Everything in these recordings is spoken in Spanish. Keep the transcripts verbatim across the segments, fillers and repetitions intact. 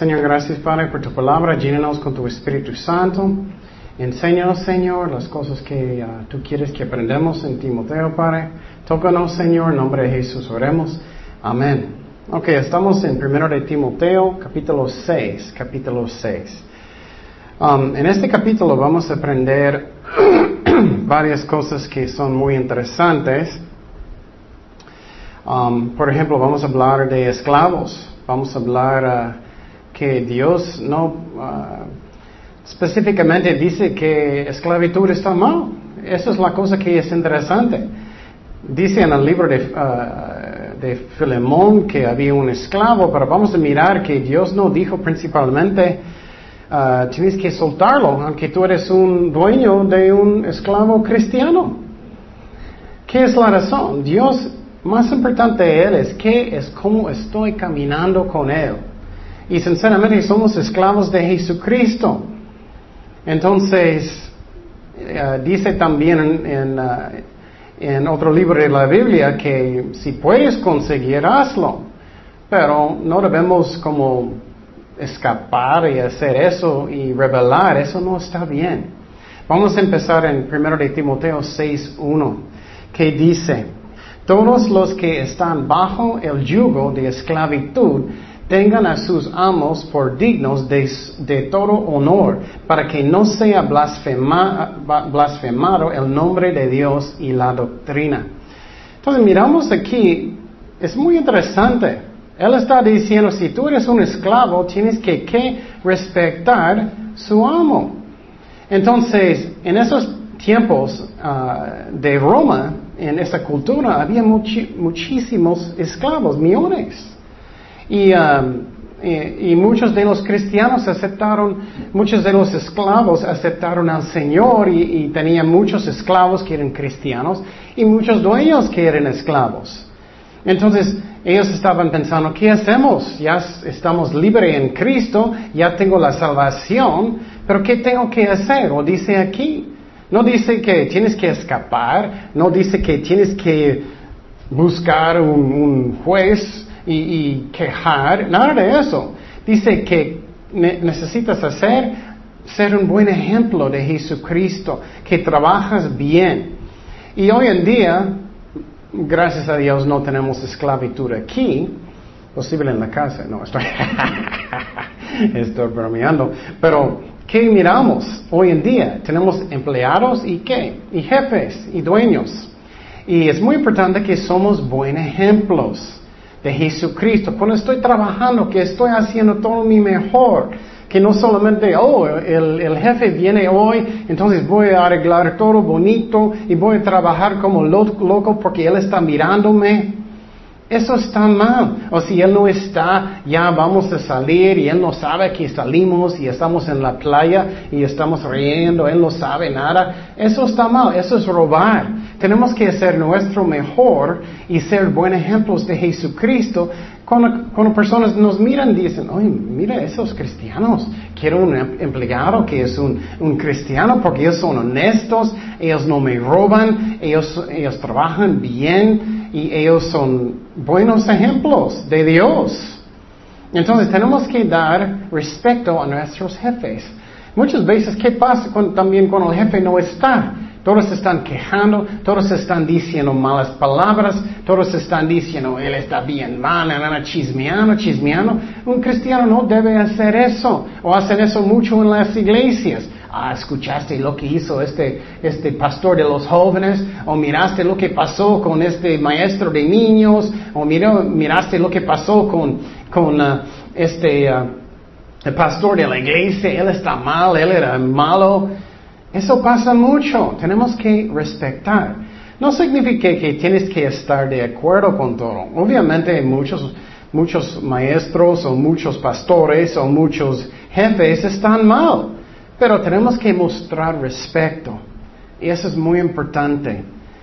Señor, gracias, Padre, por tu palabra. Llénanos con tu Espíritu Santo. Enséñanos, Señor, las cosas que uh, tú quieres que aprendamos en Timoteo, Padre. Tócanos, Señor, en nombre de Jesús. Oremos. Amén. Ok, estamos en primero de Timoteo, capítulo seis. Capítulo seis. Um, en este capítulo vamos a aprender varias cosas que son muy interesantes. Um, por ejemplo, vamos a hablar de esclavos. Vamos a hablar uh, que Dios no uh, específicamente dice que esclavitud está mal. Esa es la cosa que es interesante. Dice en el libro de, uh, de Filemón que había un esclavo, pero vamos a mirar que Dios no dijo principalmente uh, tienes que soltarlo, aunque tú eres un dueño de un esclavo cristiano. ¿Qué es la razón? Dios, más importante de Él es que es cómo estoy caminando con Él. Y sinceramente somos esclavos de Jesucristo. Entonces, uh, dice también en, en, uh, en otro libro de la Biblia que si puedes conseguir, hazlo. Pero no debemos como escapar y hacer eso y rebelar. Eso no está bien. Vamos a empezar en primero de Timoteo seis uno, que dice: todos los que están bajo el yugo de esclavitud tengan a sus amos por dignos de, de todo honor, para que no sea blasfema, blasfemado el nombre de Dios y la doctrina. Entonces miramos aquí, es muy interesante. Él está diciendo, si tú eres un esclavo, tienes que, que respetar su amo. Entonces, en esos tiempos uh, de Roma, en esa cultura, había muchi, muchísimos esclavos, millones. Y, um, y, y muchos de los cristianos aceptaron, muchos de los esclavos aceptaron al Señor y, y tenían muchos esclavos que eran cristianos y muchos dueños que eran esclavos. Entonces ellos estaban pensando, ¿qué hacemos? Ya estamos libres en Cristo, ya tengo la salvación, pero ¿qué tengo que hacer? O dice aquí, no dice que tienes que escapar, no dice que tienes que buscar un, un juez Y, y quejar, nada de eso. Dice que ne- necesitas hacer, ser un buen ejemplo de Jesucristo, que trabajas bien. Y hoy en día, gracias a Dios, no tenemos esclavitud aquí, posible en la casa, no, estoy, estoy bromeando, pero ¿qué miramos hoy en día? Tenemos empleados y ¿qué? Y jefes y dueños. Y es muy importante que somos buenos ejemplos de Jesucristo. Cuando estoy trabajando, que estoy haciendo todo mi mejor, que no solamente, oh, el, el jefe viene hoy, entonces voy a arreglar todo bonito y voy a trabajar como loco porque él está mirándome. Eso está mal. O si él no está, ya vamos a salir y él no sabe que salimos y estamos en la playa y estamos riendo, él no sabe nada. Eso está mal, eso es robar. Tenemos que hacer nuestro mejor y ser buenos ejemplos de Jesucristo. Cuando, cuando personas nos miran, dicen, oye, mira esos cristianos, quiero un empleado que es un, un cristiano porque ellos son honestos, ellos no me roban, ellos, ellos trabajan bien y ellos son buenos ejemplos de Dios. Entonces tenemos que dar respeto a nuestros jefes. Muchas veces, ¿qué pasa cuando, también cuando el jefe no está? Todos están quejando, todos están diciendo malas palabras, todos están diciendo, él está bien mal, chismeando, chismeando. Un cristiano no debe hacer eso, o hacen eso mucho en las iglesias. Ah, escuchaste lo que hizo este, este pastor de los jóvenes, o miraste lo que pasó con este maestro de niños, o miró, miraste lo que pasó con, con uh, este uh, el pastor de la iglesia, él está mal, él era malo. Eso pasa mucho. Tenemos que respetar. No significa que tienes que estar de acuerdo con todo. Obviamente muchos, muchos maestros o muchos pastores o muchos jefes están mal. Pero tenemos que mostrar respeto. Y eso es muy importante.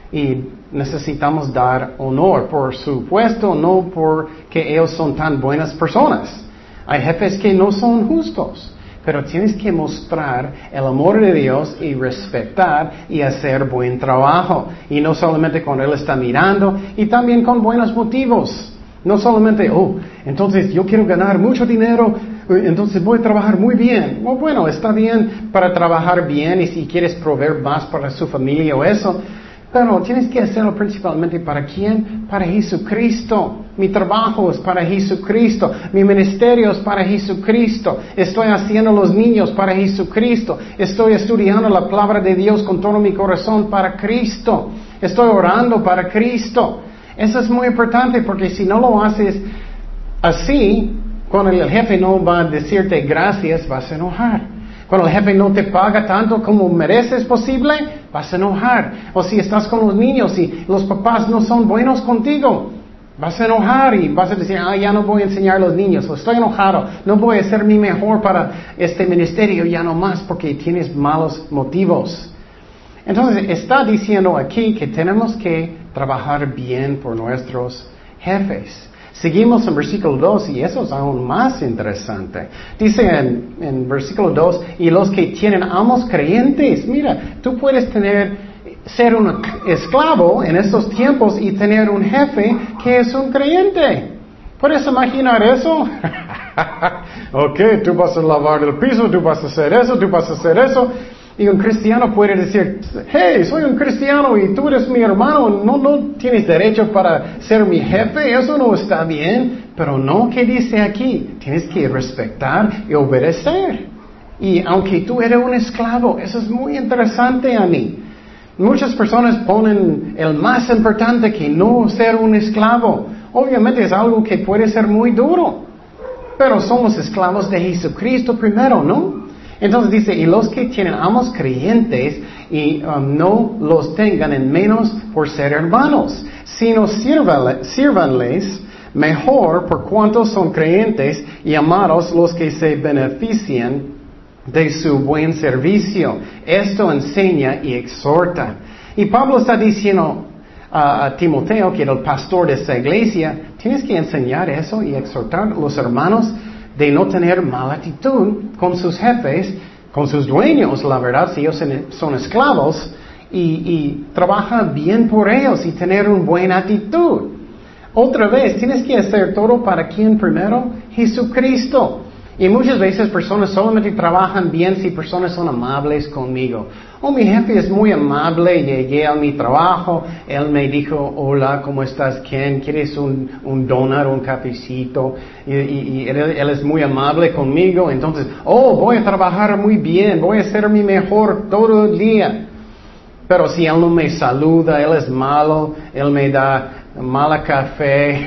Y necesitamos dar honor por su puesto, no porque ellos son tan buenas personas. Hay jefes que no son justos. Pero tienes que mostrar el amor de Dios y respetar y hacer buen trabajo. Y no solamente cuando Él está mirando, y también con buenos motivos. No solamente, oh, entonces yo quiero ganar mucho dinero, entonces voy a trabajar muy bien. Oh, bueno, está bien para trabajar bien y si quieres proveer más para su familia o eso, pero tienes que hacerlo principalmente para quién? Para Jesucristo. Mi trabajo es para Jesucristo. Mi ministerio es para Jesucristo. Estoy haciendo los niños para Jesucristo. Estoy estudiando la palabra de Dios con todo mi corazón para Cristo. Estoy orando para Cristo. Eso es muy importante porque si no lo haces así, cuando el jefe no va a decirte gracias, vas a enojar. Cuando el jefe no te paga tanto como mereces posible, vas a enojar. O si estás con los niños y los papás no son buenos contigo, vas a enojar y vas a decir, ah, ya no voy a enseñar a los niños, o estoy enojado, no voy a hacer mi mejor para este ministerio ya no más porque tienes malos motivos. Entonces está diciendo aquí que tenemos que trabajar bien por nuestros jefes. Seguimos en versículo dos y eso es aún más interesante. Dice en, en versículo dos, y los que tienen amos creyentes, mira, tú puedes tener, ser un esclavo en estos tiempos y tener un jefe que es un creyente. ¿Puedes imaginar eso? Ok, tú vas a lavar el piso, tú vas a hacer eso, tú vas a hacer eso. Y un cristiano puede decir, hey, soy un cristiano y tú eres mi hermano, no, no tienes derecho para ser mi jefe, eso no está bien. Pero no, ¿qué dice aquí? Tienes que respetar y obedecer. Y aunque tú eres un esclavo, eso es muy interesante a mí. Muchas personas ponen el más importante que no ser un esclavo. Obviamente es algo que puede ser muy duro, pero somos esclavos de Jesucristo primero, ¿no? Entonces dice, y los que tienen amos creyentes y um, no los tengan en menos por ser hermanos, sino sírvanle, sírvanles mejor por cuanto son creyentes y amados los que se benefician de su buen servicio. Esto enseña y exhorta. Y Pablo está diciendo a, a Timoteo, que era el pastor de esta iglesia, tienes que enseñar eso y exhortar a los hermanos de no tener mala actitud con sus jefes, con sus dueños, la verdad, si ellos son esclavos, y, y trabaja bien por ellos y tener una buena actitud. Otra vez, tienes que hacer todo para quién primero, Jesucristo. Y muchas veces personas solamente trabajan bien si personas son amables conmigo. Oh, mi jefe es muy amable, llegué a mi trabajo, él me dijo, hola, ¿cómo estás, Ken? ¿Quieres un, un donut, un cafecito? Y, y, y él, él es muy amable conmigo, entonces, oh, voy a trabajar muy bien, voy a hacer mi mejor todo el día. Pero si él no me saluda, él es malo, él me da mala café,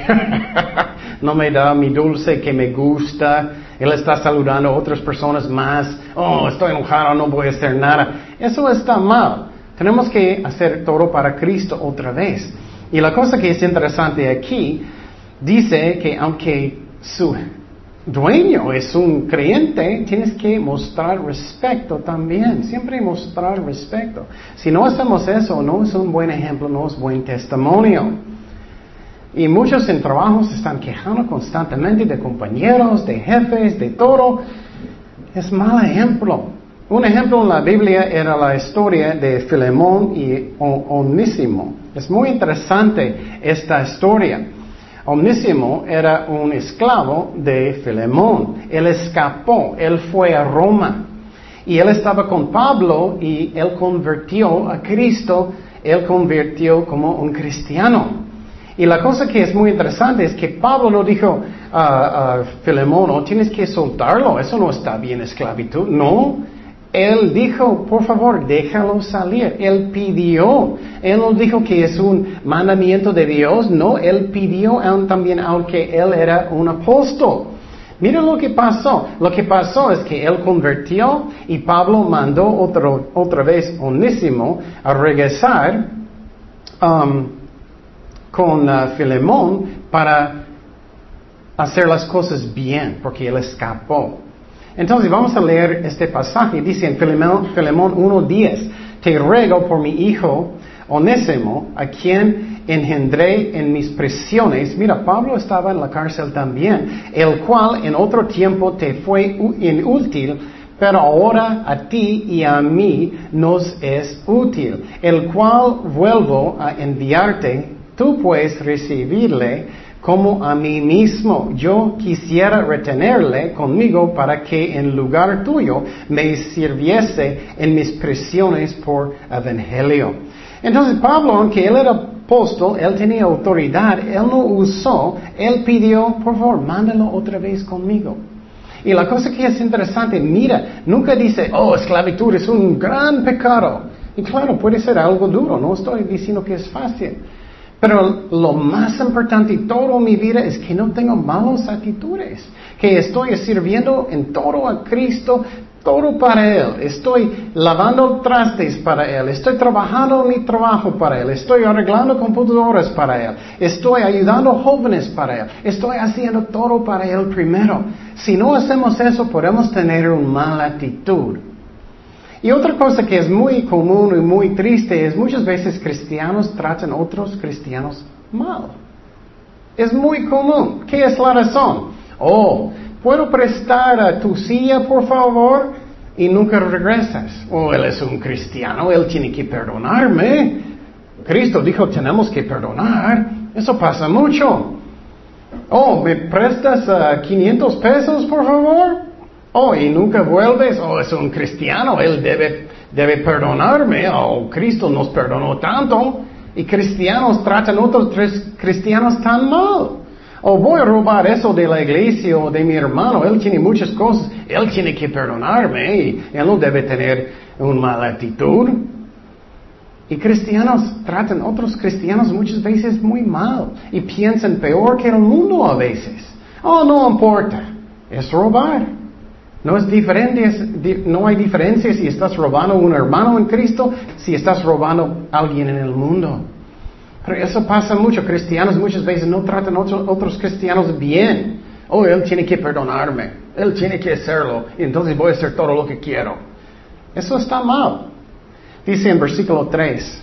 no me da mi dulce que me gusta, él está saludando a otras personas más, oh, estoy enojado, no voy a hacer nada. Eso está mal. Tenemos que hacer todo para Cristo otra vez. Y la cosa que es interesante aquí, dice que aunque su dueño es un creyente, tienes que mostrar respeto también, siempre mostrar respeto. Si no hacemos eso, no es un buen ejemplo, no es buen testimonio. Y muchos en trabajos se están quejando constantemente de compañeros, de jefes, de todo. Es mal ejemplo. Un ejemplo en la Biblia era la historia de Filemón y Onésimo. Es muy interesante esta historia. Onésimo era un esclavo de Filemón. Él escapó, él fue a Roma. Y él estaba con Pablo y él convirtió a Cristo, él convirtió como un cristiano. Y la cosa que es muy interesante es que Pablo no dijo a, a Filemón, oh, tienes que soltarlo, eso no está bien, esclavitud. No, él dijo, por favor, déjalo salir. Él pidió, él no dijo que es un mandamiento de Dios, no, él pidió aún también, aunque él era un apóstol. Mira lo que pasó. Lo que pasó es que él convirtió y Pablo mandó otro, otra vez Onésimo a regresar um, con uh, Filemón para hacer las cosas bien, porque él escapó. Entonces vamos a leer este pasaje. Dice en Filemón, Filemón uno diez, te ruego por mi hijo Onésimo, a quien engendré en mis prisiones. Mira, Pablo estaba en la cárcel también, el cual en otro tiempo te fue inútil, pero ahora a ti y a mí nos es útil, el cual vuelvo a enviarte. Tú puedes recibirle como a mí mismo. Yo quisiera retenerle conmigo para que en lugar tuyo me sirviese en mis prisiones por evangelio. Entonces Pablo, aunque él era apóstol, él tenía autoridad, él no usó, él pidió, por favor, mándalo otra vez conmigo. Y la cosa que es interesante, mira, nunca dice, oh, esclavitud es un gran pecado. Y claro, puede ser algo duro, no estoy diciendo que es fácil. Pero lo más importante en toda mi vida es que no tengo malas actitudes, que estoy sirviendo en todo a Cristo, todo para Él. Estoy lavando trastes para Él, estoy trabajando en mi trabajo para Él, estoy arreglando computadoras para Él, estoy ayudando a jóvenes para Él, estoy haciendo todo para Él primero. Si no hacemos eso, podemos tener una mala actitud. Y otra cosa que es muy común y muy triste es muchas veces cristianos tratan a otros cristianos mal. Es muy común. ¿Qué es la razón? Oh, ¿puedo prestar a tu silla, por favor? Y nunca regresas. Oh, él es un cristiano, él tiene que perdonarme. Cristo dijo, tenemos que perdonar. Eso pasa mucho. Oh, ¿me prestas uh, quinientos pesos, por favor? Oh, y nunca vuelves. Oh, es un cristiano, él debe, debe perdonarme. Oh, Cristo nos perdonó tanto. Y cristianos tratan a otros cristianos tan mal. O voy a robar eso de la iglesia o de mi hermano, él tiene muchas cosas, él tiene que perdonarme y él no debe tener una mala actitud. Y cristianos tratan a otros cristianos muchas veces muy mal y piensan peor que el mundo a veces. Oh, no importa, es robar. No es diferente, no hay diferencia si estás robando a un hermano en Cristo, si estás robando a alguien en el mundo. Pero eso pasa mucho. Cristianos muchas veces no tratan a otros, otros cristianos bien. Oh, él tiene que perdonarme. Él tiene que hacerlo. Y entonces voy a hacer todo lo que quiero. Eso está mal. Dice en versículo tres.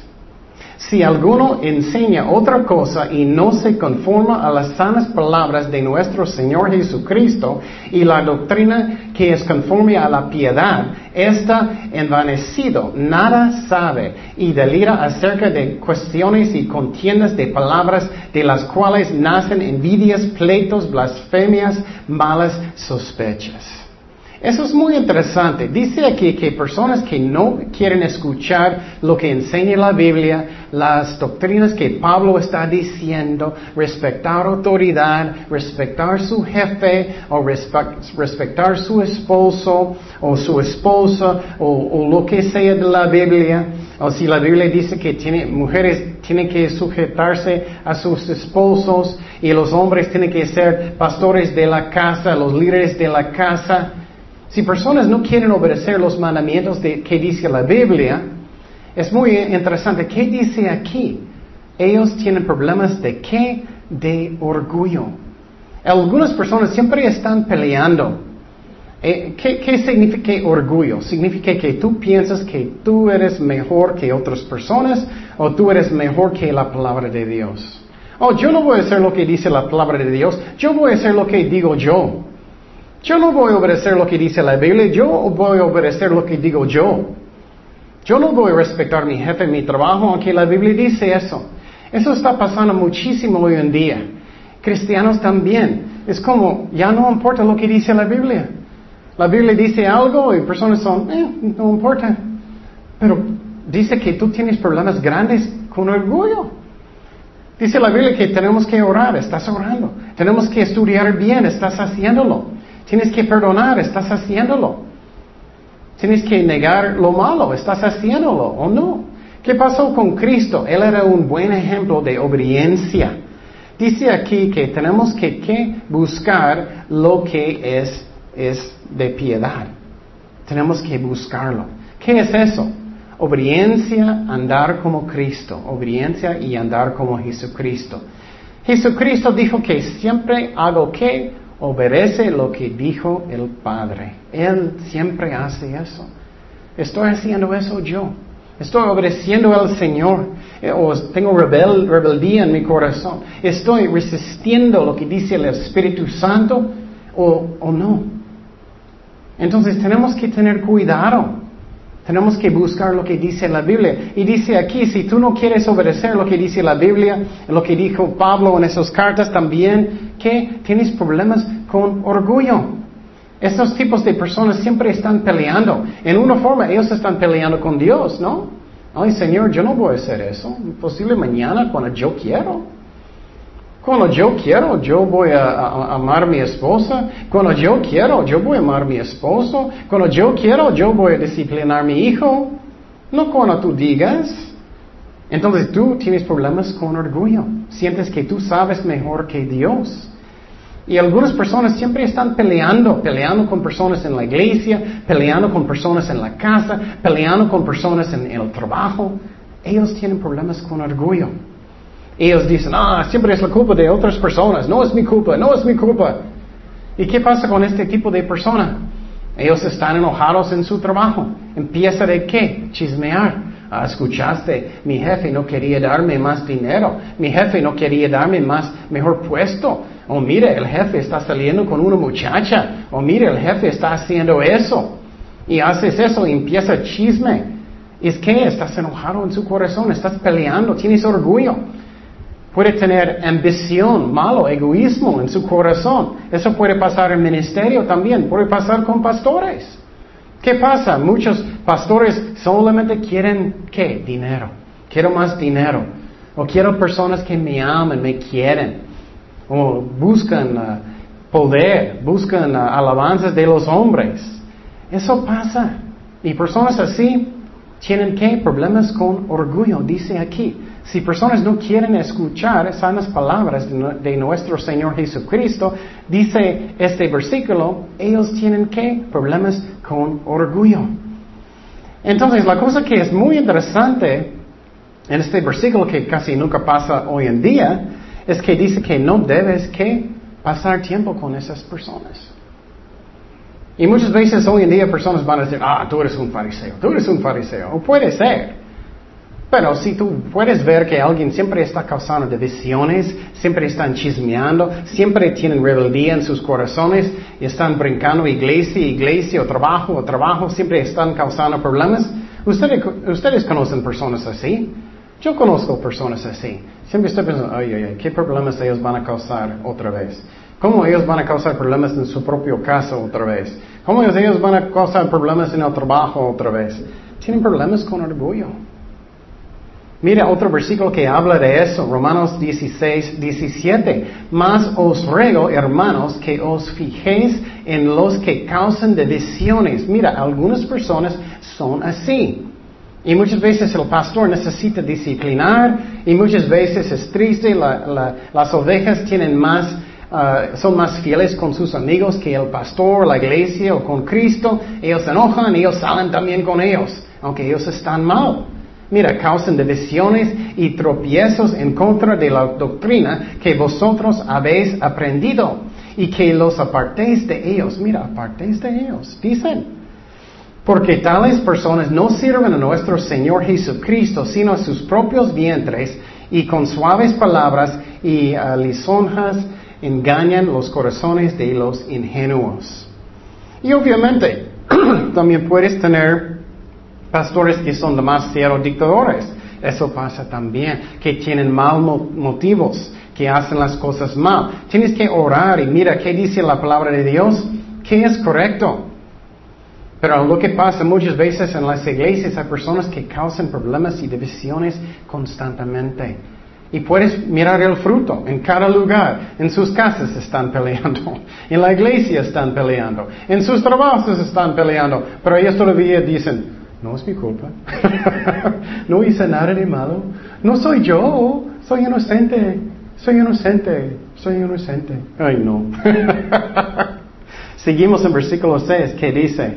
Si alguno enseña otra cosa y no se conforma a las sanas palabras de nuestro Señor Jesucristo y la doctrina que es conforme a la piedad, está envanecido, nada sabe y delira acerca de cuestiones y contiendas de palabras de las cuales nacen envidias, pleitos, blasfemias, malas sospechas. Eso es muy interesante. Dice aquí que personas que no quieren escuchar lo que enseña la Biblia, las doctrinas que Pablo está diciendo, respetar autoridad, respetar su jefe, o respetar su esposo, o su esposa, o, o lo que sea de la Biblia, o si la Biblia dice que tiene, mujeres tienen que sujetarse a sus esposos, y los hombres tienen que ser pastores de la casa, los líderes de la casa. Si personas no quieren obedecer los mandamientos de que dice la Biblia, es muy interesante. ¿Qué dice aquí? Ellos tienen problemas de qué? De orgullo. Algunas personas siempre están peleando. Eh, ¿qué, ¿Qué significa orgullo? Significa que tú piensas que tú eres mejor que otras personas o tú eres mejor que la palabra de Dios. Oh, yo no voy a hacer lo que dice la palabra de Dios, yo voy a hacer lo que digo yo. Yo no voy a obedecer lo que dice la Biblia, yo voy a obedecer lo que digo yo. Yo no voy a respetar a mi jefe en mi trabajo, aunque la Biblia dice eso. Eso está pasando muchísimo hoy en día. Cristianos también. Es como, ya no importa lo que dice la Biblia. La Biblia dice algo y personas son, eh, no importa. Pero dice que tú tienes problemas grandes con orgullo. Dice la Biblia que tenemos que orar, estás orando. Tenemos que estudiar bien, estás haciéndolo. Tienes que perdonar, estás haciéndolo. Tienes que negar lo malo, estás haciéndolo o no. ¿Qué pasó con Cristo? Él era un buen ejemplo de obediencia. Dice aquí que tenemos que, que buscar lo que es, es de piedad. Tenemos que buscarlo. ¿Qué es eso? Obediencia, andar como Cristo. Obediencia y andar como Jesucristo. Jesucristo dijo que siempre hago ¿qué? Obedece lo que dijo el Padre. Él siempre hace eso. Estoy haciendo eso yo. Estoy obedeciendo al Señor. O tengo rebel, rebeldía en mi corazón. Estoy resistiendo lo que dice el Espíritu Santo o, o no. Entonces tenemos que tener cuidado. Tenemos que buscar lo que dice la Biblia. Y dice aquí, si tú no quieres obedecer lo que dice la Biblia, lo que dijo Pablo en esas cartas también, que tienes problemas con orgullo. Estos tipos de personas siempre están peleando. En una forma, ellos están peleando con Dios, ¿no? Ay, Señor, yo no voy a hacer eso. Posible mañana cuando yo quiero. Cuando yo quiero, yo voy a, a, a amar a mi esposa. Cuando yo quiero, yo voy a amar a mi esposo. Cuando yo quiero, yo voy a disciplinar a mi hijo. No cuando tú digas. Entonces tú tienes problemas con orgullo. Sientes que tú sabes mejor que Dios. Y algunas personas siempre están peleando, peleando con personas en la iglesia, peleando con personas en la casa, peleando con personas en el trabajo. Ellos tienen problemas con orgullo. Ellos dicen, ah, siempre es la culpa de otras personas, no es mi culpa, no es mi culpa. ¿Y qué pasa con este tipo de persona? Ellos están enojados en su trabajo. ¿Empieza de qué? Chismear. Ah, escuchaste, mi jefe no quería darme más dinero, mi jefe no quería darme más, mejor puesto. O oh, mire, el jefe está saliendo con una muchacha. O oh, mire, el jefe está haciendo eso. Y haces eso y empieza chisme. ¿Es que estás enojado en su corazón? Estás peleando, tienes orgullo. Puede tener ambición, malo, egoísmo en su corazón. Eso puede pasar en ministerio también. Puede pasar con pastores. ¿Qué pasa? Muchos pastores solamente quieren, ¿qué? Dinero. Quiero más dinero. O quiero personas que me amen, me quieren. O buscan uh, poder, buscan uh, alabanzas de los hombres. Eso pasa. Y personas así tienen, ¿qué? Problemas con orgullo, dice aquí. Si personas no quieren escuchar sanas palabras de nuestro Señor Jesucristo, dice este versículo, ellos tienen ¿qué? Problemas con orgullo. Entonces, la cosa que es muy interesante en este versículo, que casi nunca pasa hoy en día, es que dice que no debes ¿qué? Pasar tiempo con esas personas. Y muchas veces hoy en día personas van a decir, ah, tú eres un fariseo, tú eres un fariseo. O puede ser. Pero si tú puedes ver que alguien siempre está causando divisiones, siempre están chismeando, siempre tienen rebeldía en sus corazones y están brincando iglesia, iglesia o trabajo o trabajo, siempre están causando problemas. Ustedes, ustedes conocen personas así. Yo conozco personas así. Siempre estoy pensando, ay, ay, ay, ¿qué problemas ellos van a causar otra vez? ¿Cómo ellos van a causar problemas en su propio casa otra vez? ¿Cómo ellos van a causar problemas en el trabajo otra vez? Tienen problemas con orgullo. Mira otro versículo que habla de eso, Romanos dieciséis, diecisiete. Mas os ruego, hermanos, que os fijéis en los que causan divisiones. Mira, algunas personas son así. Y muchas veces el pastor necesita disciplinar y muchas veces es triste, la, la, las ovejas tienen más, uh, son más fieles con sus amigos que el pastor, la iglesia o con Cristo. Ellos se enojan y ellos salen también con ellos, aunque ellos están mal. Mira, causan divisiones y tropiezos en contra de la doctrina que vosotros habéis aprendido y que los apartéis de ellos. Mira, apartéis de ellos, dicen. Porque tales personas no sirven a nuestro Señor Jesucristo, sino a sus propios vientres, y con suaves palabras y uh, lisonjas engañan los corazones de los ingenuos. Y obviamente, también puedes tener pastores que son demasiado dictadores. Eso pasa también, que tienen mal motivos, que hacen las cosas mal. Tienes que orar y mira qué dice la palabra de Dios, qué es correcto. Pero lo que pasa muchas veces en las iglesias hay personas que causan problemas y divisiones constantemente. Y puedes mirar el fruto en cada lugar. En sus casas están peleando, en la iglesia están peleando, en sus trabajos están peleando. Pero ellos todavía dicen, no es mi culpa. No hice nada de malo. No soy yo. Soy inocente. Soy inocente. Soy inocente. Ay, no. Seguimos en versículo seis que dice,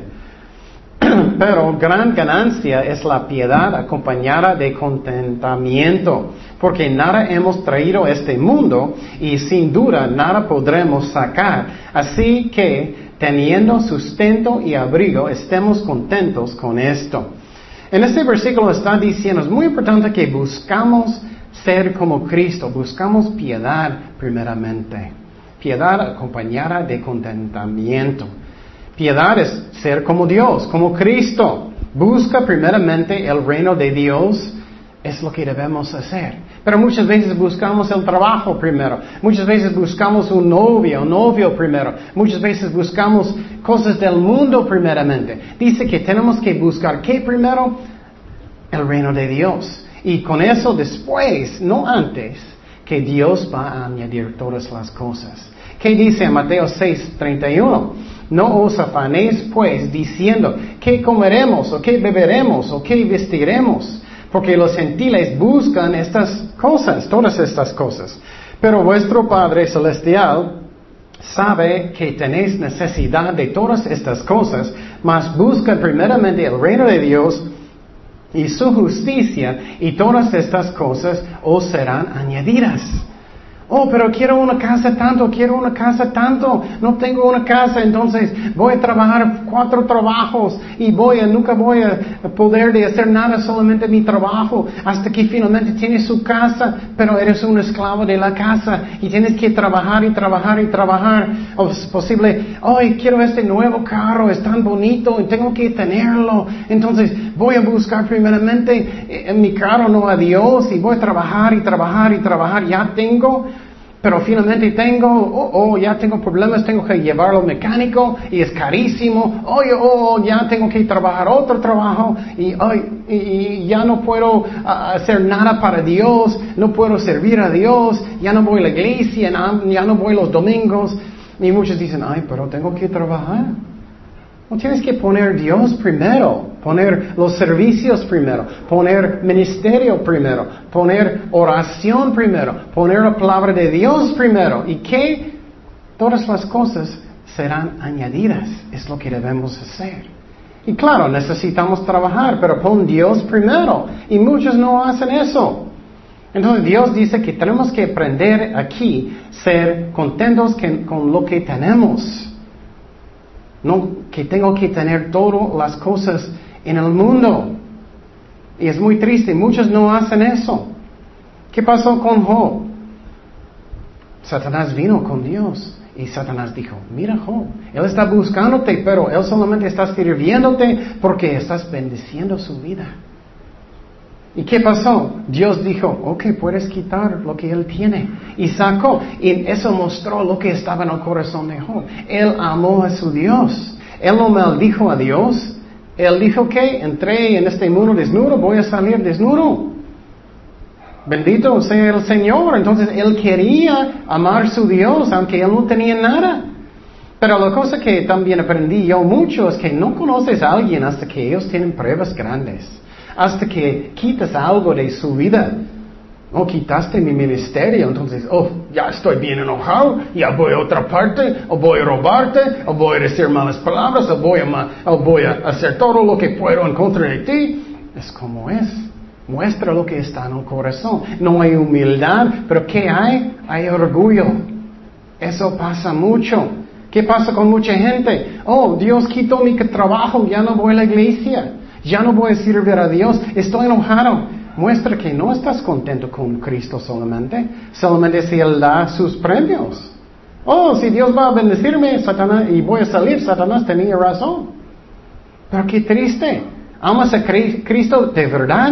pero gran ganancia es la piedad acompañada de contentamiento, porque nada hemos traído a este mundo y sin duda nada podremos sacar. Así que teniendo sustento y abrigo, estemos contentos con esto. En este versículo está diciendo, es muy importante que buscamos ser como Cristo, buscamos piedad primeramente. Piedad acompañada de contentamiento. Piedad es ser como Dios, como Cristo. Busca primeramente el reino de Dios, es lo que debemos hacer. Pero muchas veces buscamos el trabajo primero. Muchas veces buscamos un novio, un novio primero. Muchas veces buscamos cosas del mundo primeramente. Dice que tenemos que buscar ¿qué primero? El reino de Dios. Y con eso después, no antes, que Dios va a añadir todas las cosas. ¿Qué dice en Mateo seis, treinta y uno? No os afanéis pues diciendo, ¿qué comeremos? ¿O qué beberemos? ¿O qué vestiremos? Porque los gentiles buscan estas cosas, todas estas cosas. Pero vuestro Padre Celestial sabe que tenéis necesidad de todas estas cosas, mas busca primeramente el reino de Dios y su justicia, y todas estas cosas os serán añadidas. Oh, pero quiero una casa tanto, quiero una casa tanto, no tengo una casa, entonces voy a trabajar cuatro trabajos y voy a, nunca voy a poder de hacer nada, solamente mi trabajo, hasta que finalmente tienes su casa, pero eres un esclavo de la casa y tienes que trabajar y trabajar y trabajar. O es posible, oh, quiero este nuevo carro, es tan bonito y tengo que tenerlo, entonces voy a buscar primeramente en mi carro, no a Dios, y voy a trabajar y trabajar y trabajar, ya tengo. Pero finalmente tengo, oh, oh, ya tengo problemas, tengo que llevarlo al mecánico y es carísimo. Oh, oh, ya tengo que trabajar otro trabajo y, oh, y, y ya no puedo uh, hacer nada para Dios, no puedo servir a Dios, ya no voy a la iglesia, no, ya no voy los domingos. Y muchos dicen, ay, pero tengo que trabajar. No tienes que poner Dios primero, poner los servicios primero, poner ministerio primero, poner oración primero, poner la palabra de Dios primero. ¿Y qué? Todas las cosas serán añadidas. Es lo que debemos hacer. Y claro, necesitamos trabajar, pero pon Dios primero. Y muchos no hacen eso. Entonces Dios dice que tenemos que aprender aquí, ser contentos que, con lo que tenemos. No que tengo que tener todas las cosas en el mundo. Y es muy triste, muchos no hacen eso. ¿Qué pasó con Job? Satanás vino con Dios y Satanás dijo, mira Job, él está buscándote, pero él solamente está sirviéndote porque estás bendiciendo su vida. ¿Y qué pasó? Dios dijo, ok, puedes quitar lo que él tiene. Y sacó. Y eso mostró lo que estaba en el corazón de Job. Él amó a su Dios. Él no maldijo a Dios. Él dijo que entré en este mundo desnudo, voy a salir desnudo. Bendito sea el Señor. Entonces él quería amar a su Dios, aunque él no tenía nada. Pero la cosa que también aprendí yo mucho es que no conoces a alguien hasta que ellos tienen pruebas grandes. Hasta que quitas algo de su vida. Oh, quitaste mi ministerio, entonces, oh, ya estoy bien enojado, ya voy a otra parte, o voy a robarte, o voy a decir malas palabras, o voy a, ma- o voy a hacer todo lo que puedo en contra de ti. Es como es. Muestra lo que está en el corazón. No hay humildad, pero ¿qué hay? Hay orgullo. Eso pasa mucho. ¿Qué pasa con mucha gente? Oh, Dios quitó mi trabajo, ya no voy a la iglesia. Ya no voy a servir a Dios, estoy enojado. Muestra que no estás contento con Cristo solamente, solamente si Él da sus premios. Oh, si Dios va a bendecirme, Satanás, y voy a salir, Satanás tenía razón. Pero qué triste. ¿Amas a Cristo de verdad?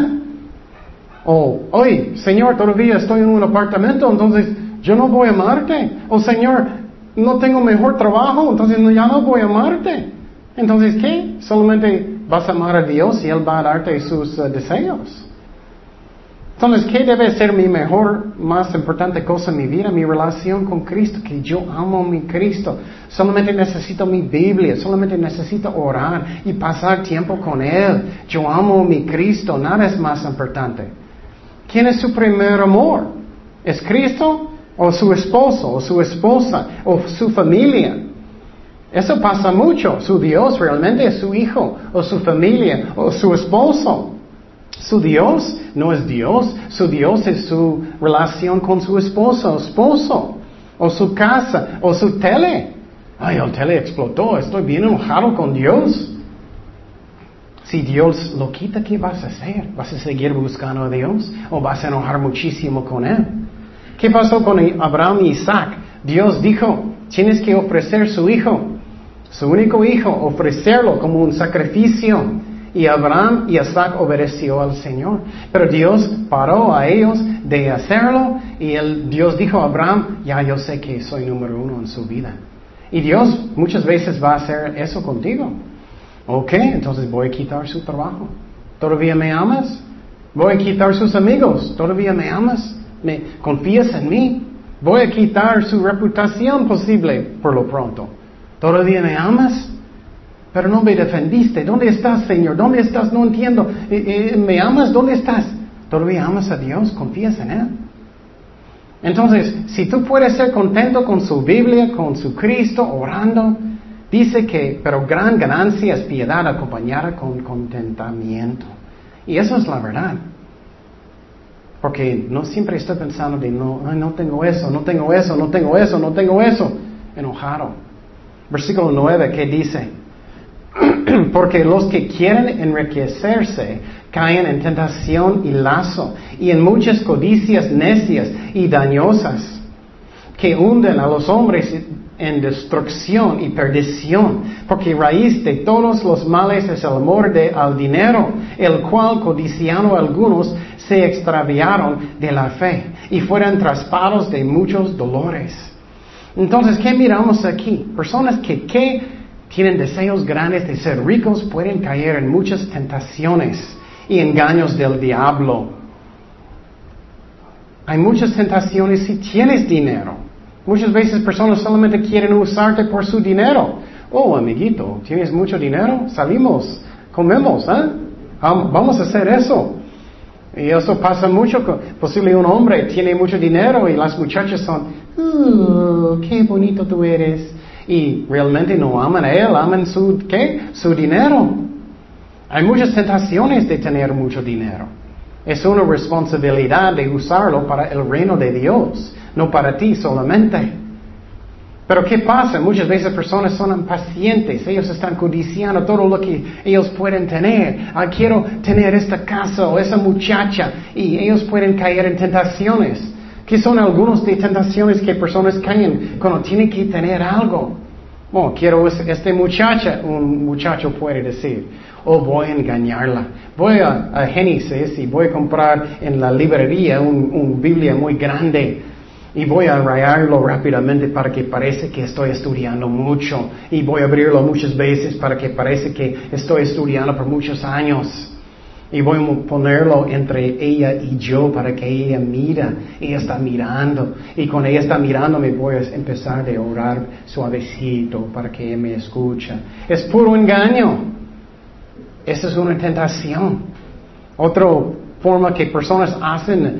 O, oye, Señor, todavía estoy en un apartamento, entonces yo no voy a amarte. O, Señor, no tengo mejor trabajo, entonces ya no voy a amarte. Entonces, ¿qué? Solamente vas a amar a Dios y Él va a darte sus uh, deseos. Entonces, ¿qué debe ser mi mejor, más importante cosa en mi vida? Mi relación con Cristo, que yo amo a mi Cristo. Solamente necesito mi Biblia, solamente necesito orar y pasar tiempo con Él. Yo amo a mi Cristo, nada es más importante. ¿Quién es su primer amor? ¿Es Cristo o su esposo o su esposa o su familia? Eso pasa mucho. Su Dios realmente es su hijo, o su familia, o su esposo. Su Dios no es Dios. Su Dios es su relación con su esposo o esposo. O su casa, o su tele. Ay, el tele explotó, estoy bien enojado con Dios. Si Dios lo quita, ¿qué vas a hacer? ¿Vas a seguir buscando a Dios? ¿O vas a enojar muchísimo con Él? ¿Qué pasó con Abraham y Isaac? Dios dijo, tienes que ofrecer su hijo. Su único hijo, ofrecerlo como un sacrificio. Y Abraham y Isaac obedeció al Señor. Pero Dios paró a ellos de hacerlo y el, Dios dijo a Abraham, ya yo sé que soy número uno en su vida. Y Dios muchas veces va a hacer eso contigo. Ok, entonces voy a quitar su trabajo. ¿Todavía me amas? Voy a quitar sus amigos. ¿Todavía me amas? ¿Me confías en mí? Voy a quitar su reputación posible por lo pronto. ¿Todavía me amas? Pero no me defendiste. ¿Dónde estás, Señor? ¿Dónde estás? No entiendo. ¿Me amas? ¿Dónde estás? ¿Todavía amas a Dios? ¿Confías en Él? Entonces, si tú puedes ser contento con su Biblia, con su Cristo, orando, dice que, pero gran ganancia es piedad acompañada con contentamiento. Y eso es la verdad. Porque no siempre estoy pensando de, no, ay, no tengo eso, no tengo eso, no tengo eso, no tengo eso. Enojado. Versículo nueve, ¿qué dice? Porque los que quieren enriquecerse caen en tentación y lazo y en muchas codicias necias y dañosas que hunden a los hombres en destrucción y perdición, porque raíz de todos los males es el amor de, al dinero, el cual codiciando algunos se extraviaron de la fe y fueron traspasados de muchos dolores. Entonces, ¿qué miramos aquí? Personas que, que tienen deseos grandes de ser ricos pueden caer en muchas tentaciones y engaños del diablo. Hay muchas tentaciones si tienes dinero. Muchas veces personas solamente quieren usarte por su dinero. Oh, amiguito, ¿tienes mucho dinero? Salimos, comemos, ¿eh? Vamos a hacer eso. Y eso pasa mucho. Posible un hombre tiene mucho dinero y las muchachas son, oh, qué bonito tú eres. Y realmente no aman a él, aman su, ¿qué? Su dinero. Hay muchas tentaciones de tener mucho dinero. Es una responsabilidad de usarlo para el reino de Dios, no para ti solamente. Pero ¿qué pasa? Muchas veces personas son impacientes, ellos están codiciando todo lo que ellos pueden tener. Ah, quiero tener esta casa o esa muchacha, y ellos pueden caer en tentaciones. ¿Qué son algunas de tentaciones que personas caen cuando tienen que tener algo? Oh, quiero esta muchacha, un muchacho puede decir, oh, voy a engañarla. Voy a, a Génesis y voy a comprar en la librería una un Biblia muy grande y voy a rayarlo rápidamente para que parezca que estoy estudiando mucho y voy a abrirlo muchas veces para que parezca que estoy estudiando por muchos años. Y voy a ponerlo entre ella y yo para que ella mira. Ella está mirando. Y cuando ella está mirando me voy a empezar a orar suavecito para que ella me escuche. Es puro engaño. Esa es una tentación. Otra forma que personas hacen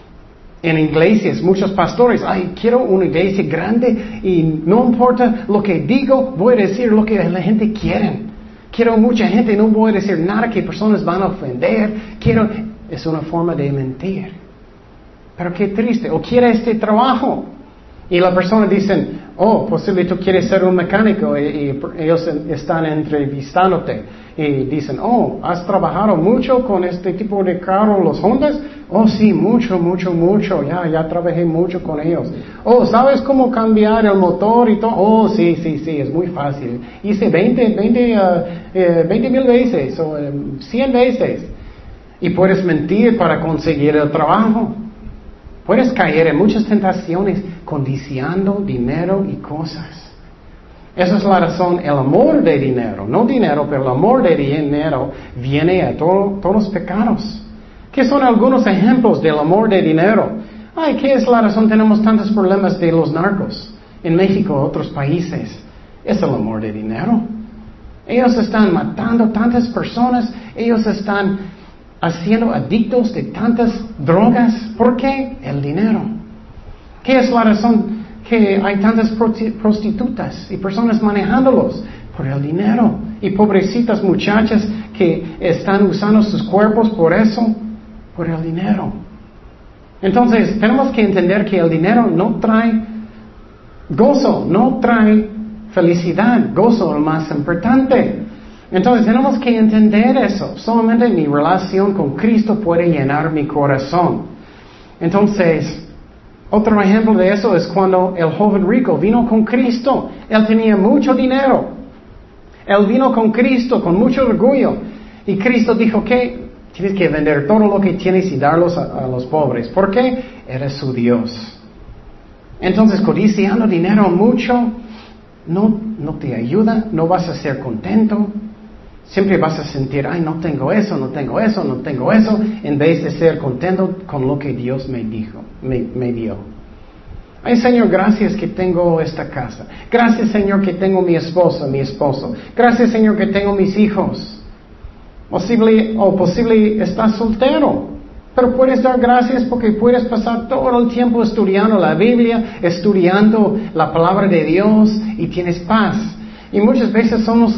en iglesias, muchos pastores, ay, quiero una iglesia grande y no importa lo que digo, voy a decir lo que la gente quiere. Quiero mucha gente, no voy a decir nada que personas van a ofender. Quiero, es una forma de mentir. Pero qué triste. O quiere este trabajo. Y la persona dice, oh, posible tú quieres ser un mecánico. Y, y ellos están entrevistándote. Y dicen, oh, ¿has trabajado mucho con este tipo de carro, los Hondas? Oh, sí, mucho, mucho, mucho. Ya, ya trabajé mucho con ellos. Oh, ¿sabes cómo cambiar el motor y todo? Oh, sí, sí, sí, es muy fácil. Hice veinte, veinte, uh, eh, veinte mil veces o um, cien veces. Y puedes mentir para conseguir el trabajo. Puedes caer en muchas tentaciones codiciando dinero y cosas. Esa es la razón, el amor de dinero, no dinero, pero el amor de dinero viene a todo, todos los pecados. ¿Qué son algunos ejemplos del amor de dinero? Ay, ¿qué es la razón tenemos tantos problemas de los narcos en México y otros países? Es el amor de dinero. Ellos están matando tantas personas, ellos están haciendo adictos de tantas drogas. ¿Por qué? El dinero. ¿Qué es la razón que hay tantas prostitutas y personas manejándolos? Por el dinero. Y pobrecitas muchachas que están usando sus cuerpos por eso, por el dinero. Entonces, tenemos que entender que el dinero no trae gozo, no trae felicidad, gozo es lo más importante. Entonces, tenemos que entender eso. Solamente mi relación con Cristo puede llenar mi corazón. Entonces, otro ejemplo de eso es cuando el joven rico vino con Cristo. Él tenía mucho dinero. Él vino con Cristo con mucho orgullo. Y Cristo dijo que tienes que vender todo lo que tienes y darlos a, a los pobres. ¿Por qué? Eres su Dios. Entonces, codiciando dinero mucho, no, no te ayuda, no vas a ser contento. Siempre vas a sentir, ay, no tengo eso, no tengo eso, no tengo eso, en vez de ser contento con lo que Dios me dijo, me, me dio. Ay, Señor, gracias que tengo esta casa. Gracias, Señor, que tengo mi esposa, mi esposo. Gracias, Señor, que tengo mis hijos. Posible, o posible estás soltero. Pero puedes dar gracias porque puedes pasar todo el tiempo estudiando la Biblia, estudiando la palabra de Dios y tienes paz. Y muchas veces somos...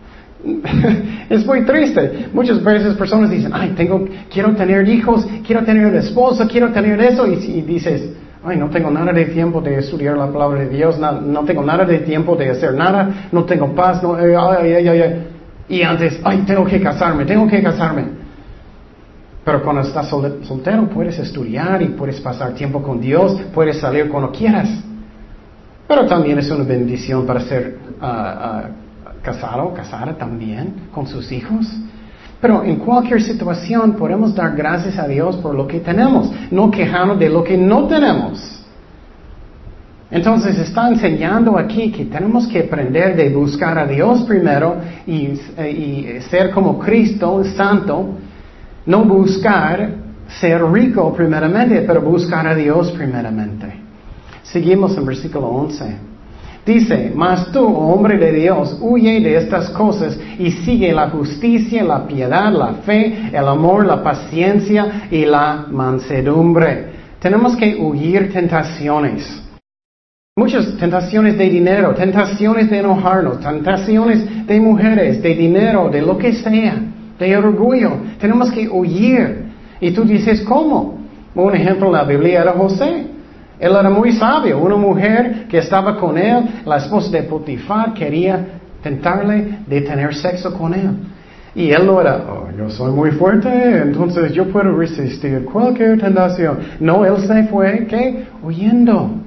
es muy triste. Muchas veces personas dicen, ay, tengo, quiero tener hijos, quiero tener esposa, quiero tener eso. Y, y dices, ay, no tengo nada de tiempo de estudiar la palabra de Dios, no, no tengo nada de tiempo de hacer nada, no tengo paz. No, ay, ay, ay, ay. Y antes, ay, tengo que casarme, tengo que casarme. Pero cuando estás sol- soltero puedes estudiar y puedes pasar tiempo con Dios, puedes salir cuando quieras. Pero también es una bendición para ser uh, uh, casado o casada también con sus hijos. Pero en cualquier situación podemos dar gracias a Dios por lo que tenemos, no quejarnos de lo que no tenemos. Entonces está enseñando aquí que tenemos que aprender de buscar a Dios primero y, y ser como Cristo, santo. No buscar ser rico primeramente, pero buscar a Dios primeramente. Seguimos en versículo once. Dice, mas tú, hombre de Dios, huye de estas cosas y sigue la justicia, la piedad, la fe, el amor, la paciencia y la mansedumbre. Tenemos que huir tentaciones. Muchas tentaciones de dinero, tentaciones de enojarnos, tentaciones de mujeres, de dinero, de lo que sea, de orgullo. Tenemos que huir. Y tú dices, ¿cómo? Un ejemplo en la Biblia era José. Él era muy sabio. Una mujer que estaba con él, la esposa de Potifar, quería tentarle de tener sexo con él. Y él lo era, oh, yo soy muy fuerte, entonces yo puedo resistir cualquier tentación. No, él se fue, ¿qué? Huyendo.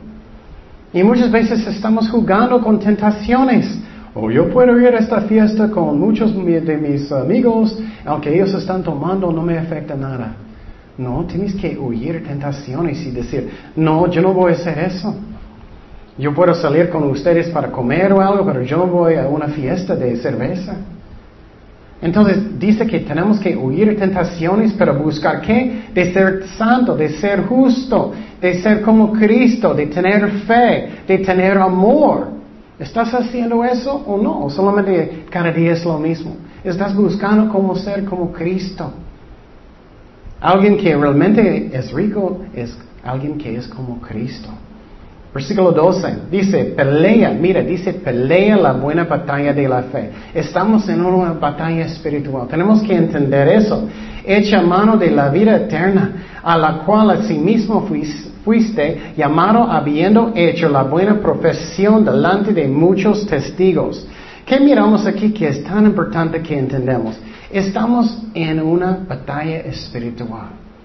Y muchas veces estamos jugando con tentaciones. O oh, yo puedo ir a esta fiesta con muchos de mis amigos, aunque ellos están tomando, no me afecta nada. No, tienes que huir tentaciones y decir, no, yo no voy a hacer eso. Yo puedo salir con ustedes para comer o algo, pero yo no voy a una fiesta de cerveza. Entonces dice que tenemos que huir tentaciones, pero buscar ¿qué? De ser santo, de ser justo, de ser como Cristo, de tener fe, de tener amor. ¿Estás haciendo eso o no? ¿O solamente cada día es lo mismo? ¿Estás buscando cómo ser como Cristo? Alguien que realmente es rico es alguien que es como Cristo. Versículo doce, dice, pelea, mira, dice, pelea la buena batalla de la fe. Estamos en una batalla espiritual. Tenemos que entender eso. Echa mano de la vida eterna, a la cual asimismo fuiste llamado habiendo hecho la buena profesión delante de muchos testigos. ¿Qué miramos aquí que es tan importante que entendemos? Estamos en una batalla espiritual.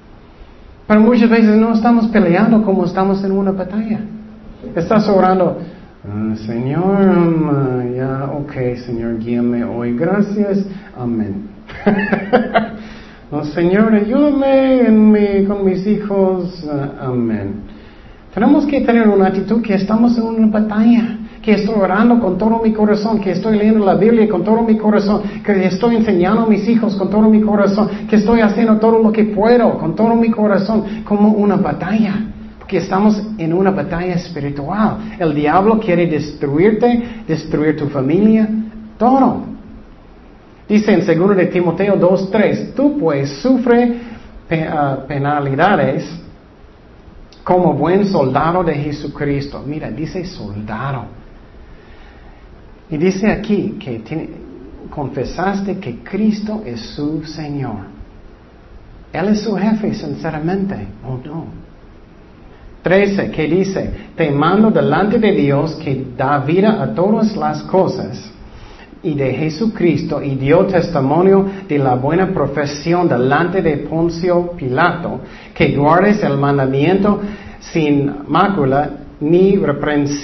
Pero muchas veces no estamos peleando como estamos en una batalla. Estás orando, ah, Señor, um, ya, ok, Señor, guíame hoy, gracias, amén. Oh, Señor, ayúdame en mi, con mis hijos, uh, amén. Tenemos que tener una actitud que estamos en una batalla, que estoy orando con todo mi corazón, que estoy leyendo la Biblia con todo mi corazón, que estoy enseñando a mis hijos con todo mi corazón, que estoy haciendo todo lo que puedo con todo mi corazón, como una batalla. Porque estamos en una batalla espiritual. El diablo quiere destruirte, destruir tu familia, todo. Dice en segundo de Timoteo dos tres, tú pues sufre pe- uh, penalidades como buen soldado de Jesucristo. Mira, dice soldado. Y dice aquí que tiene, confesaste que Cristo es su Señor. Él es su jefe, sinceramente. Oh, no. trece, que dice, te mando delante de Dios que da vida a todas las cosas y de Jesucristo y dio testimonio de la buena profesión delante de Poncio Pilato, que guardes el mandamiento sin mácula ni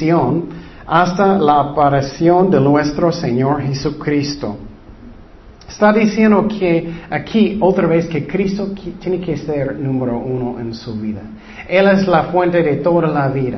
reprensión hasta la aparición de nuestro Señor Jesucristo. Está diciendo que aquí otra vez que Cristo tiene que ser número uno en su vida. Él es la fuente de toda la vida.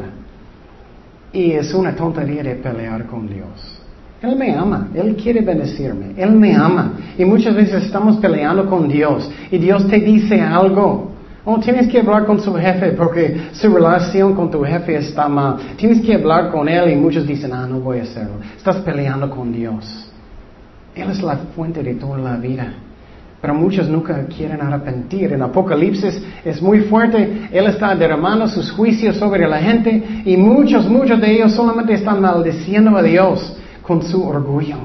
Y es una tontería de pelear con Dios. Él me ama, Él quiere bendecirme, Él me ama. Y muchas veces estamos peleando con Dios y Dios te dice algo. Oh, tienes que hablar con su jefe porque su relación con tu jefe está mal. Tienes que hablar con él y muchos dicen, ah, no voy a hacerlo. Estás peleando con Dios. Él es la fuente de toda la vida. Pero muchos nunca quieren arrepentir. En Apocalipsis es muy fuerte. Él está derramando sus juicios sobre la gente y muchos, muchos de ellos solamente están maldiciendo a Dios con su orgullo.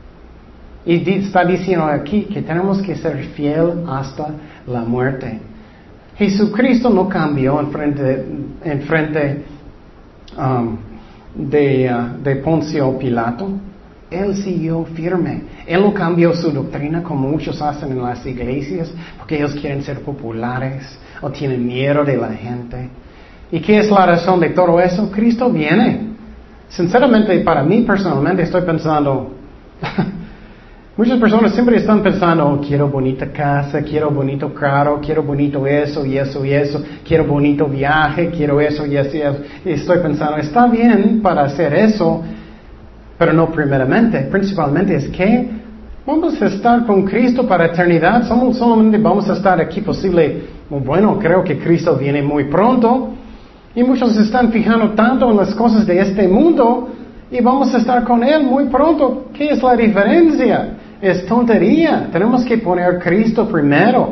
Y está diciendo aquí que tenemos que ser fiel hasta la muerte. Jesucristo no cambió en frente, en frente um, de, uh, de Poncio Pilato. Él siguió firme. Él no cambió su doctrina como muchos hacen en las iglesias porque ellos quieren ser populares o tienen miedo de la gente. ¿Y qué es la razón de todo eso? Cristo viene. Sinceramente, para mí personalmente estoy pensando, muchas personas siempre están pensando, oh, quiero bonita casa, quiero bonito carro, quiero bonito eso y eso y eso, quiero bonito viaje, quiero eso y eso y eso. Y estoy pensando, está bien para hacer eso, pero no primeramente, principalmente es que vamos a estar con Cristo para eternidad, somos solamente vamos a estar aquí posible, bueno, creo que Cristo viene muy pronto. Y muchos se están fijando tanto en las cosas de este mundo y vamos a estar con Él muy pronto. ¿Qué es la diferencia? Es tontería. Tenemos que poner a Cristo primero.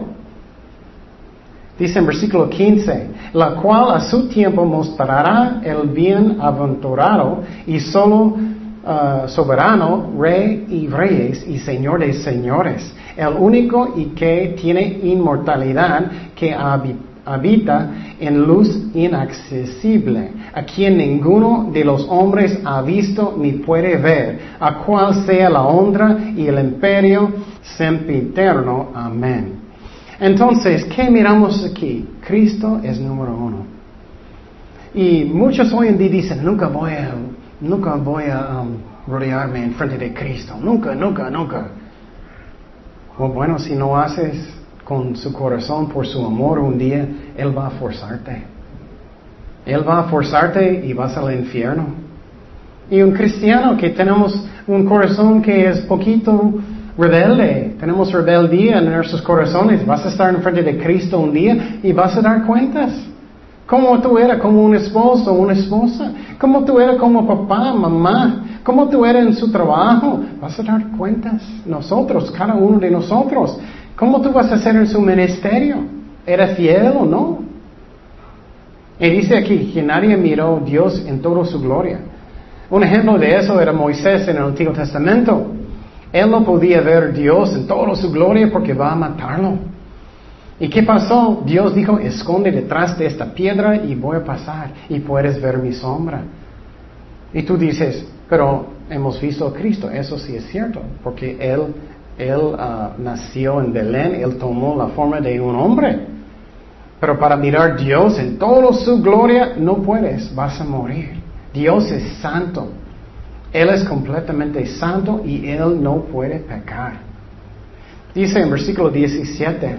Dice en versículo quince, la cual a su tiempo mostrará el bienaventurado y solo uh, soberano, rey y reyes y señor de señores, el único y que tiene inmortalidad que habita habita en luz inaccesible, a quien ninguno de los hombres ha visto ni puede ver, a cual sea la honra y el imperio sempiterno. Amén. Entonces, ¿qué miramos aquí? Cristo es número uno. Y muchos hoy en día dicen, nunca voy a, nunca voy a um, rodearme en frente de Cristo. Nunca, nunca, nunca. O bueno, si no haces con su corazón por su amor un día, Él va a forzarte. Él va a forzarte y vas al infierno. Y un cristiano que tenemos un corazón que es poquito rebelde, tenemos rebeldía en nuestros corazones, vas a estar en frente de Cristo un día y vas a dar cuentas. Cómo tú eras como un esposo o una esposa, cómo tú eras como papá, mamá, cómo tú eras en su trabajo, vas a dar cuentas. Nosotros, cada uno de nosotros. ¿Cómo tú vas a hacer en su ministerio? ¿Era fiel o no? Y dice aquí que nadie miró a Dios en toda su gloria. Un ejemplo de eso era Moisés en el Antiguo Testamento. Él no podía ver a Dios en toda su gloria porque va a matarlo. ¿Y qué pasó? Dios dijo, esconde detrás de esta piedra y voy a pasar y puedes ver mi sombra. Y tú dices, pero hemos visto a Cristo. Eso sí es cierto, porque Él Él uh, nació en Belén, Él tomó la forma de un hombre. Pero para mirar a Dios en toda su gloria, no puedes, vas a morir. Dios es santo. Él es completamente santo y Él no puede pecar. Dice en versículo diecisiete,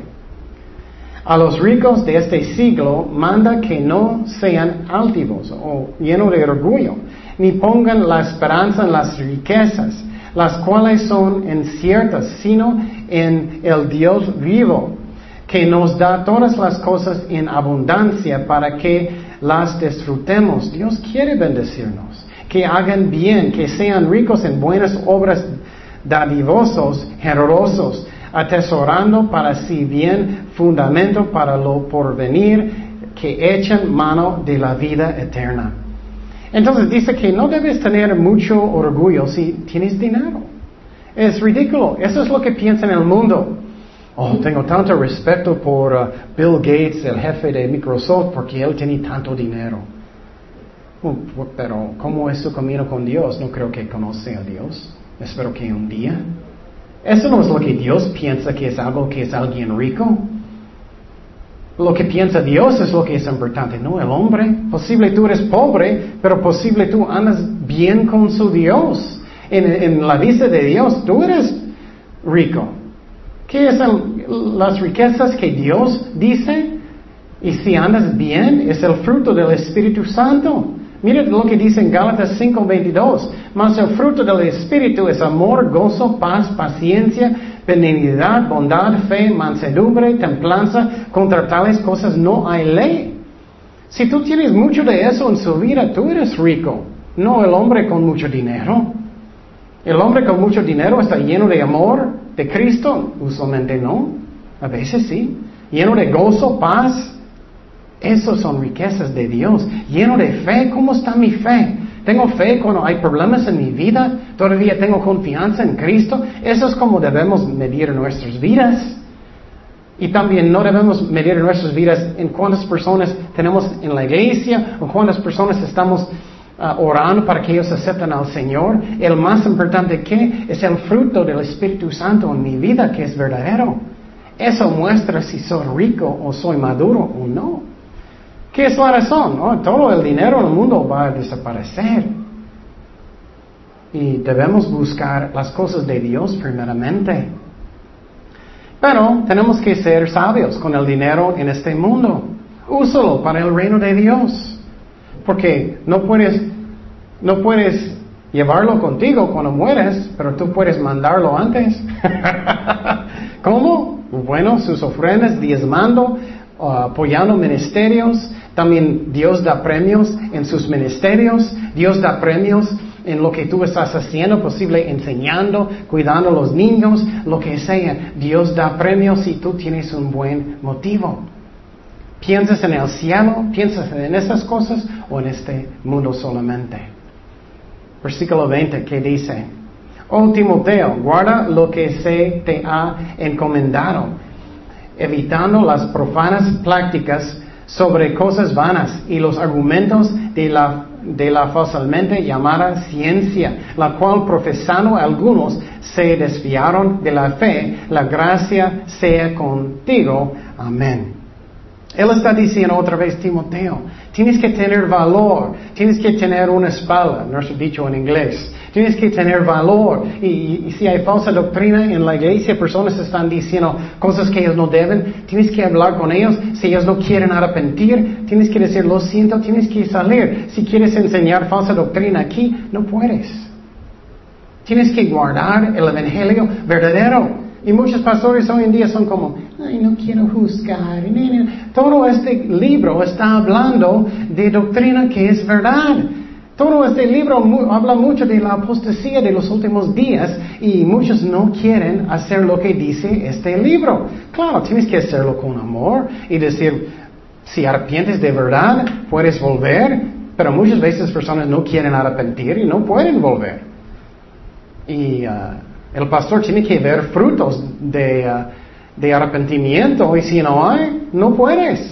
a los ricos de este siglo manda que no sean altivos o llenos de orgullo, ni pongan la esperanza en las riquezas, las cuales son inciertas, sino en el Dios vivo, que nos da todas las cosas en abundancia para que las disfrutemos. Dios quiere bendecirnos, que hagan bien, que sean ricos en buenas obras, dadivosos, generosos, atesorando para sí bien fundamento para lo porvenir, que echen mano de la vida eterna. Entonces dice que no debes tener mucho orgullo si tienes dinero. Es ridículo. Eso es lo que piensa en el mundo. Oh, tengo tanto respeto por uh, Bill Gates, el jefe de Microsoft, porque él tiene tanto dinero. Uh, pero, ¿cómo es su camino con Dios? No creo que conoce a Dios. Espero que un día. Eso no es lo que Dios piensa que es algo que es alguien rico. Lo que piensa Dios es lo que es importante, no el hombre. Posible tú eres pobre, pero posible tú andas bien con su Dios. En, en la vista de Dios, tú eres rico. ¿Qué son las riquezas que Dios dice? Y si andas bien, es el fruto del Espíritu Santo. Mira lo que dice en Gálatas cinco veintidós. Mas el fruto del Espíritu es amor, gozo, paz, paciencia, benignidad, bondad, fe, mansedumbre, templanza. Contra tales cosas no hay ley. Si tú tienes mucho de eso en su vida, tú eres rico. No el hombre con mucho dinero. El hombre con mucho dinero está lleno de amor de Cristo. Usualmente no. A veces sí. Lleno de gozo, paz. Esos son riquezas de Dios. Lleno de fe. ¿Cómo está mi fe? ¿Tengo fe cuando hay problemas en mi vida? ¿Todavía tengo confianza en Cristo? Eso es como debemos medir nuestras vidas. Y también no debemos medir nuestras vidas en cuántas personas tenemos en la iglesia o cuántas personas estamos uh, orando para que ellos acepten al Señor. El más importante que es el fruto del Espíritu Santo en mi vida que es verdadero. Eso muestra si soy rico o soy maduro o no. ¿Qué es la razón? Oh, todo el dinero en el mundo va a desaparecer. Y debemos buscar las cosas de Dios primeramente. Pero tenemos que ser sabios con el dinero en este mundo. Úsalo para el reino de Dios. Porque no puedes, no puedes llevarlo contigo cuando mueres, pero tú puedes mandarlo antes. ¿Cómo? Bueno, sus ofrendas, diezmando, uh, apoyando ministerios. También Dios da premios en sus ministerios. Dios da premios en lo que tú estás haciendo, posible enseñando, cuidando a los niños, lo que sea. Dios da premios si tú tienes un buen motivo. ¿Piensas en el cielo? ¿Piensas en esas cosas o en este mundo solamente? Versículo veinte, ¿qué dice? Oh Timoteo, guarda lo que se te ha encomendado, evitando las profanas prácticas sobre cosas vanas y los argumentos de la de la falsamente llamada ciencia, la cual profesando algunos se desviaron de la fe. La gracia sea contigo. Amén. Él está diciendo otra vez, Timoteo, tienes que tener valor, tienes que tener una espalda, nuestro dicho en inglés. Tienes que tener valor. Y, y, y si hay falsa doctrina en la iglesia, personas están diciendo cosas que ellos no deben, tienes que hablar con ellos. Si ellos no quieren arrepentir, tienes que decir, lo siento, tienes que salir. Si quieres enseñar falsa doctrina aquí, no puedes. Tienes que guardar el evangelio verdadero. Y muchos pastores hoy en día son como, ay, no quiero juzgar. Todo este libro está hablando de doctrina que es verdad. Todo este libro mu- habla mucho de la apostasía de los últimos días y muchos no quieren hacer lo que dice este libro. Claro, tienes que hacerlo con amor y decir, si arrepientes de verdad, puedes volver, pero muchas veces personas no quieren arrepentir y no pueden volver. Y uh, el pastor tiene que ver frutos de, uh, de arrepentimiento y si no hay, no puedes.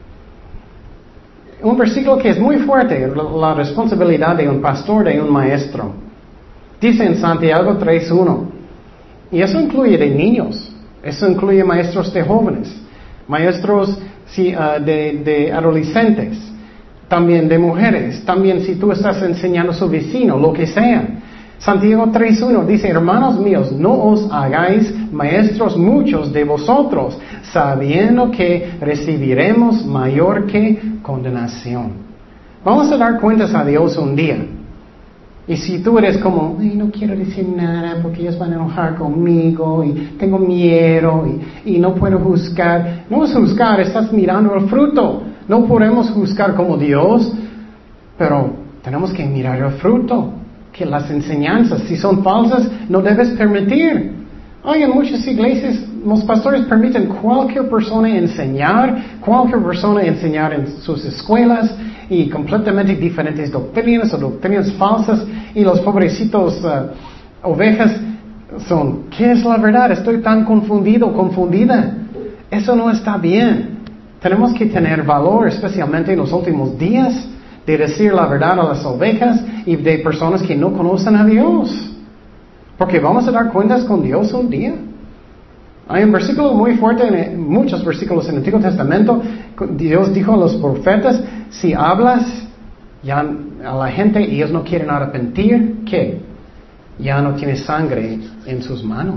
Un versículo que es muy fuerte, la responsabilidad de un pastor, de un maestro. Dice en Santiago tres uno, y eso incluye de niños, eso incluye maestros de jóvenes, maestros sí, uh, de, de adolescentes, también de mujeres, también si tú estás enseñando a su vecino, lo que sea. Santiago tres uno dice, hermanos míos, no os hagáis maestros muchos de vosotros, sabiendo que recibiremos mayor que condenación. Vamos a dar cuentas a Dios un día. Y si tú eres como, ay, no quiero decir nada porque ellos van a enojar conmigo y tengo miedo y, y no puedo juzgar. No es juzgar, estás mirando el fruto. No podemos juzgar como Dios, pero tenemos que mirar el fruto. Que las enseñanzas, si son falsas, no debes permitir. Hay en muchas iglesias, los pastores permiten cualquier persona enseñar, cualquier persona enseñar en sus escuelas y completamente diferentes doctrinas o doctrinas falsas y los pobrecitos uh, ovejas son, ¿qué es la verdad? Estoy tan confundido, confundida. Eso no está bien. Tenemos que tener valor, especialmente en los últimos días, de decir la verdad a las ovejas y de personas que no conocen a Dios. Porque vamos a dar cuentas con Dios un día. Hay un versículo muy fuerte, en muchos versículos en el Antiguo Testamento, Dios dijo a los profetas, si hablas ya a la gente y ellos no quieren arrepentir, ¿qué? Ya no tienes sangre en sus manos.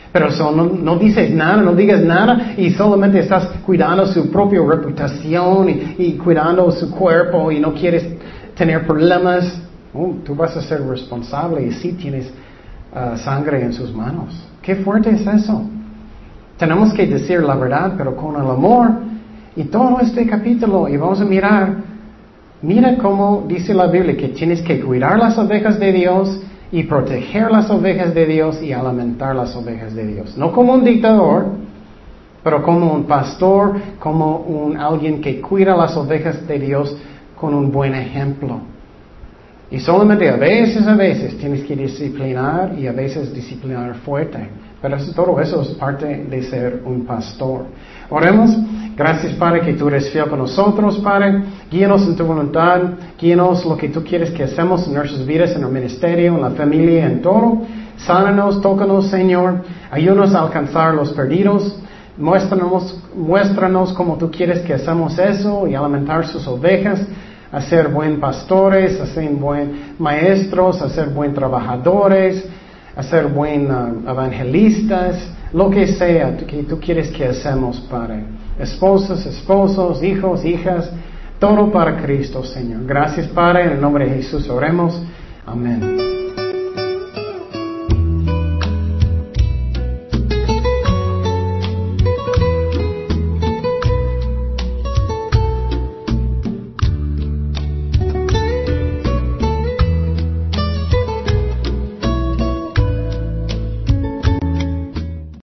Pero so, no, no dices nada, no digas nada y solamente estás cuidando su propia reputación y, y cuidando su cuerpo y no quieres tener problemas. Oh, tú vas a ser responsable y sí tienes uh, sangre en sus manos. Qué fuerte es eso. Tenemos que decir la verdad, pero con el amor. Y todo este capítulo, y vamos a mirar, mira cómo dice la Biblia que tienes que cuidar las ovejas de Dios y proteger las ovejas de Dios y alimentar las ovejas de Dios. No como un dictador, pero como un pastor, como un alguien que cuida las ovejas de Dios con un buen ejemplo. Y solamente a veces, a veces tienes que disciplinar y a veces disciplinar fuerte. Pero eso, todo eso es parte de ser un pastor. Oremos. Gracias, Padre, que tú eres fiel con nosotros, Padre. Guíanos en tu voluntad. Guíanos lo que tú quieres que hacemos en nuestras vidas, en el ministerio, en la familia, en todo. Sánanos, tócanos, Señor. Ayúdanos a alcanzar los perdidos. Muéstranos, muéstranos cómo tú quieres que hacemos eso y alimentar sus ovejas. A ser buen pastores, a ser buen maestros, a ser buen trabajadores, a ser buen uh, evangelistas, lo que sea que tú quieres que hacemos, Padre. Esposas, esposos, hijos, hijas, todo para Cristo, Señor. Gracias, Padre, en el nombre de Jesús oremos. Amén.